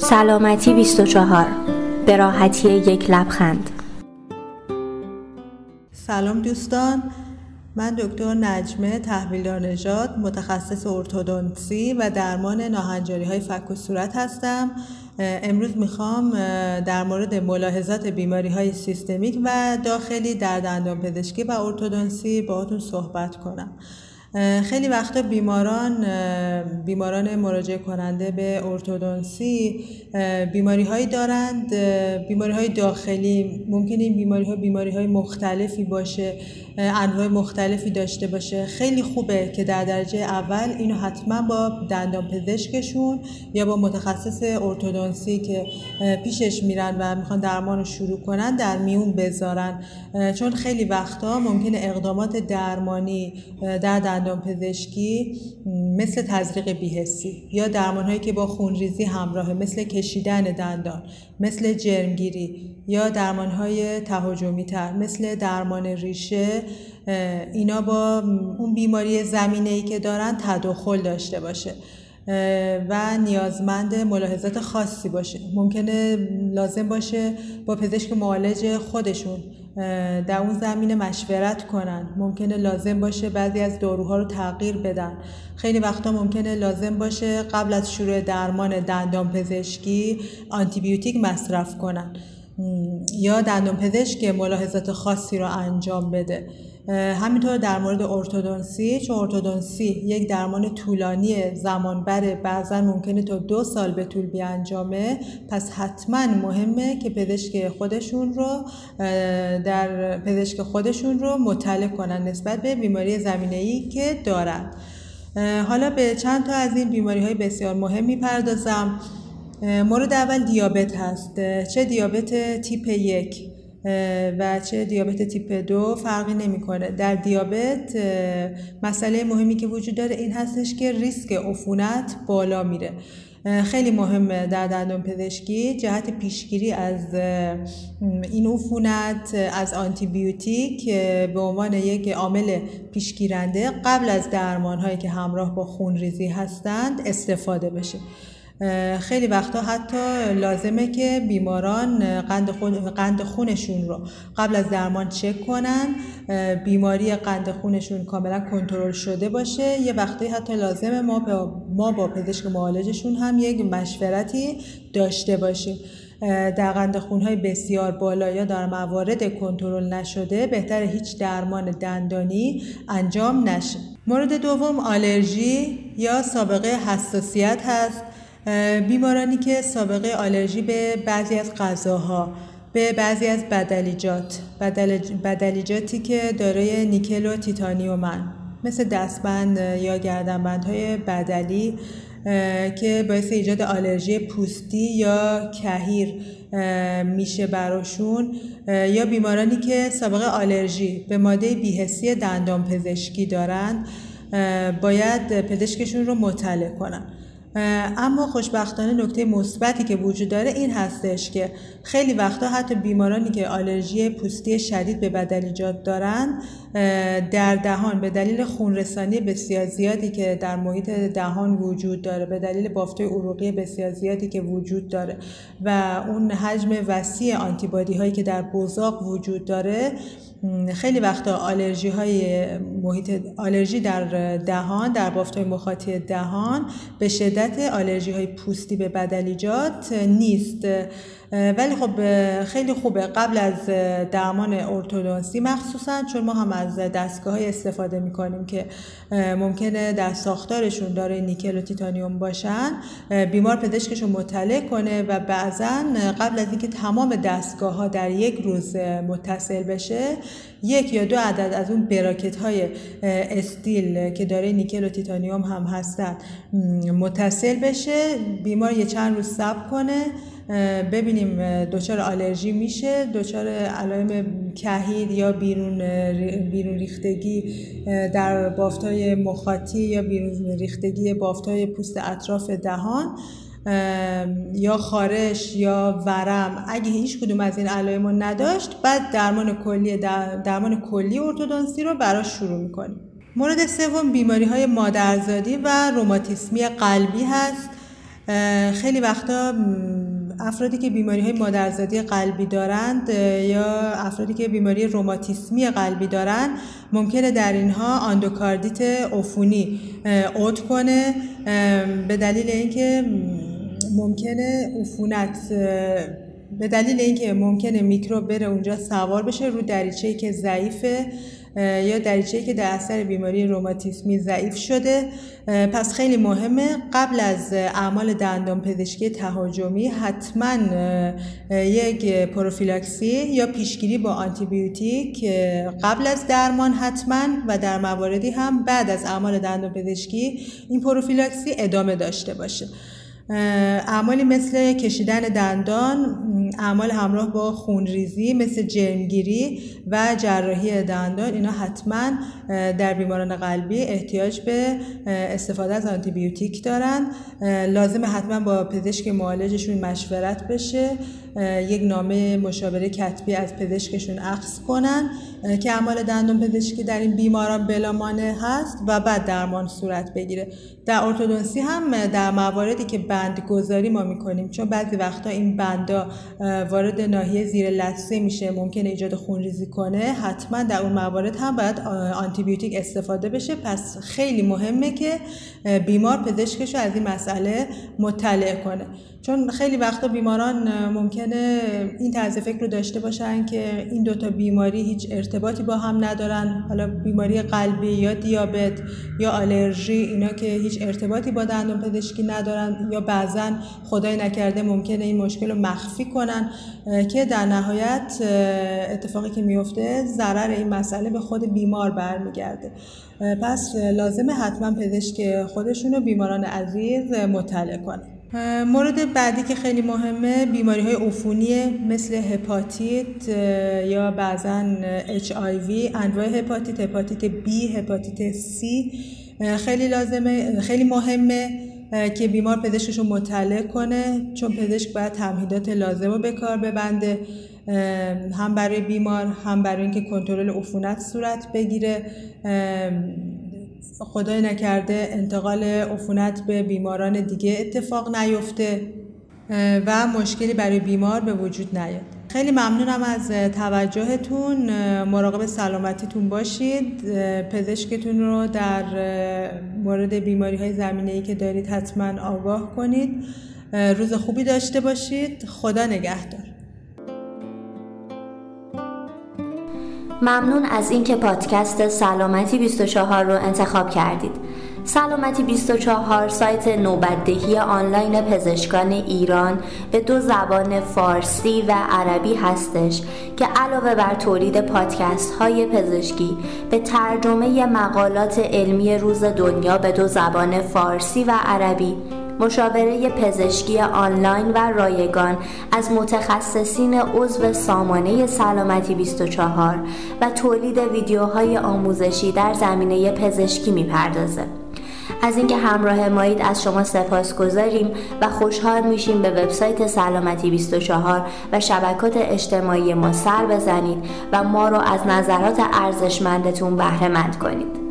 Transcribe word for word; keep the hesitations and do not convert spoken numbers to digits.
سلامتی بیست و چهار. به راحتی یک لبخند. سلام دوستان، من دکتر نجمه تحویلدار نژاد، متخصص ارتودنسی و درمان ناهنجاری‌های فک و صورت هستم. امروز میخوام در مورد ملاحظات بیماری‌های سیستمیک و داخلی در دندانپزشکی و ارتودنسی باهاتون صحبت کنم. خیلی وقتا بیماران بیماران مراجعه کننده به ارتودنسی بیماری هایی دارند، بیماری های داخلی. ممکنه این بیماری ها بیماری های مختلفی باشه، انواع مختلفی داشته باشه. خیلی خوبه که در درجه اول اینو حتما با دندانپزشکشون یا با متخصص ارتودنسی که پیشش میرن و میخوان درمان رو شروع کنن در میون بذارن، چون خیلی وقتا ممکنه اقدامات درمانی در دندانپزشکی مثل تزریق بی‌حسی یا درمان‌هایی که با خونریزی همراهه مثل کشیدن دندان، مثل جرمگیری یا درمان‌های تهاجمی‌تر مثل درمان ریشه، اینا با اون بیماری زمینه‌ای که دارن تداخل داشته باشه و نیازمند ملاحظات خاصی باشه. ممکنه لازم باشه با پزشک معالج خودشون در اون زمینه مشورت کنن. ممکنه لازم باشه بعضی از داروها رو تغییر بدن. خیلی وقتا ممکنه لازم باشه قبل از شروع درمان دندانپزشکی آنتی بیوتیک مصرف کنن یا دندانپزشک ملاحظات خاصی رو انجام بده. همینطور در مورد ارتودنسی، چون ارتودنسی یک درمان طولانی زمان بره، بعضا ممکنه تا دو سال به طول بیانجامه، پس حتما مهمه که پزشک خودشون رو در پزشک خودشون رو مطلع کنن نسبت به بیماری زمینه‌ای که دارن. حالا به چند تا از این بیماری‌های بسیار مهم می‌پردازم. مورد اول دیابت هست، چه دیابت تیپ یک و چه دیابت تیپ دو فرقی نمیکنه. در دیابت مسئله مهمی که وجود داره این هستش که ریسک عفونت بالا میره. خیلی مهمه در دندانپزشکی جهت پیشگیری از این عفونت از آنتی بیوتیک به عنوان یک عامل پیشگیرنده قبل از درمان‌هایی که همراه با خونریزی هستند استفاده بشه. خیلی وقتا حتی لازمه که بیماران قند خون قند خونشون رو قبل از درمان چک کنن، بیماری قند خونشون کاملا کنترل شده باشه. یه وقتی حتی لازمه ما با ما با پزشک معالجشون هم یک مشورتی داشته باشیم. در قند خون‌های بسیار بالا یا در موارد کنترل نشده بهتره هیچ درمان دندانی انجام نشه. مورد دوم آلرژی یا سابقه حساسیت هست. بیمارانی که سابقه آلرژی به بعضی از غذاها، به بعضی از بدلیجات بدلیجاتی که دارای نیکل و تیتانیومن مثل دستبند یا گردنبندهای بدلی که باعث ایجاد آلرژی پوستی یا کحیر میشه براشون، یا بیمارانی که سابقه آلرژی به ماده بی‌حسی دندانپزشکی دارن باید پزشکشون رو مطلع کنن. اما خوشبختانه نکته مثبتی که وجود داره این هستش که خیلی وقتا حتی بیمارانی که آلرژی پوستی شدید به بدلیجات دارن در دهان به دلیل خونرسانی بسیار زیادی که در محیط دهان وجود داره، به دلیل بافت‌های عروقی بسیار زیادی که وجود داره و اون حجم وسیع آنتیبادی هایی که در بزاق وجود داره، خیلی وقتا آلرژی های محیط آلرژی در دهان در بافت‌های مخاطی دهان به شدت آلرژی های پوستی به بدلیجات نیست. ولی خب خیلی خوبه قبل از درمان ارتودنسی مخصوصا، چون ما هم از دستگاه‌های استفاده می‌کنیم که ممکنه در ساختارشون داره نیکل و تیتانیوم باشن، بیمار پزشکشو مطلع کنه و بعضاً قبل از اینکه تمام دستگاه‌ها در یک روز متصل بشه یک یا دو عدد از اون براکت‌های استیل که داره نیکل و تیتانیوم هم هستن متصل بشه، بیمار یه چند روز صبر کنه ببینیم دچار آلرژی میشه، دچار علائم کحیر یا بیرون بیرون ریختگی در بافت‌های مخاطی یا بیرون ریختگی بافت‌های پوست اطراف دهان یا خارش یا ورم، اگه هیچ کدوم از این علائم رو نداشت بعد درمان کلی درمان کلی ارتودنسی رو براش شروع میکنیم. مورد سوم بیماری‌های مادرزادی و روماتیسمی قلبی هست. خیلی وقتا افرادی که بیماری‌های مادرزادی قلبی دارند یا افرادی که بیماری روماتیسمی قلبی دارند ممکنه در اینها آندوکاردیت عفونی عود کنه به دلیل اینکه ممکنه عفونت به دلیل اینکه ممکنه میکروب بره اونجا سوار بشه رو دریچه‌ای که ضعیفه یا دریچه‌ای که در اثر بیماری روماتیسمی ضعیف شده. پس خیلی مهمه قبل از اعمال دندان پزشکی تهاجمی حتما یک پروفیلاکسی یا پیشگیری با آنتی بیوتیک قبل از درمان حتما و در مواردی هم بعد از اعمال دندان پزشکی این پروفیلاکسی ادامه داشته باشه. اعمالی مثل کشیدن دندان، اعمال همراه با خونریزی مثل جرمگیری و جراحی دندان، اینا حتما در بیماران قلبی احتیاج به استفاده از آنتی بیوتیک دارن. لازمه حتما با پزشک معالجشون مشورت بشه، یک نامه مشاوره کتبی از پزشکشون اخذ کنن که اعمال دندان پزشکی در این بیماران بلامانع هست و بعد درمان صورت بگیره. در ارتودنسی هم در مواردی که بندگذاری ما میکنیم، چون بعضی وقتا این بندا وارد ناحیه زیر لثه میشه، ممکنه ایجاد خونریزی کنه، حتما در اون موارد هم باید آنتی بیوتیک استفاده بشه. پس خیلی مهمه که بیمار پزشکش رو از این مسئله مطلع کنه، چون خیلی وقتا بیماران ممکنه این طرز فکر رو داشته باشن که این دوتا بیماری هیچ ارتباطی با هم ندارن، حالا بیماری قلبی یا دیابت یا آلرژی، اینا که هیچ ارتباطی با دندان پزشکی ندارن، یا بعضا خدای نکرده ممکنه این مشکل رو مخفی کنن که در نهایت اتفاقی که میفته ضرر این مسئله به خود بیمار برمیگرده. پس لازمه حتما پزشک خودشون و بیماران عزیز مطلع کنه. مورد بعدی که خیلی مهمه بیماری‌های عفونی مثل هپاتیت یا بعضاً اچ آی وی، انواع هپاتیت، هپاتیت بی، هپاتیت سی. خیلی لازمه، خیلی مهمه که بیمار پزشکش رو مطلع کنه، چون پزشک باید تمهیدات لازم رو به کار ببنده، هم برای بیمار هم برای اینکه کنترل عفونت صورت بگیره، خدای نکرده انتقال عفونت به بیماران دیگه اتفاق نیفته و مشکلی برای بیمار به وجود نیاد. خیلی ممنونم از توجهتون، مراقب سلامتیتون باشید، پزشکتون رو در مورد بیماری‌های زمینه‌ای که دارید حتما آگاه کنید. روز خوبی داشته باشید. خدا نگهدار. ممنون از اینکه پادکست سلامتی بیست و چهار رو انتخاب کردید. سلامتی بیست و چهار سایت نوبت‌دهی آنلاین پزشکان ایران به دو زبان فارسی و عربی هستش که علاوه بر تولید پادکست های پزشکی به ترجمه مقالات علمی روز دنیا به دو زبان فارسی و عربی، مشاوره پزشکی آنلاین و رایگان از متخصصین عضو سامانه سلامتی بیست و چهار و تولید ویدیوهای آموزشی در زمینه پزشکی میپردازه. از اینکه همراه مایید از شما سپاسگزاریم و خوشحال میشیم به وبسایت سلامتی بیست و چهار و شبکات اجتماعی ما سر بزنید و ما رو از نظرات ارزشمندتون بهره مند کنید.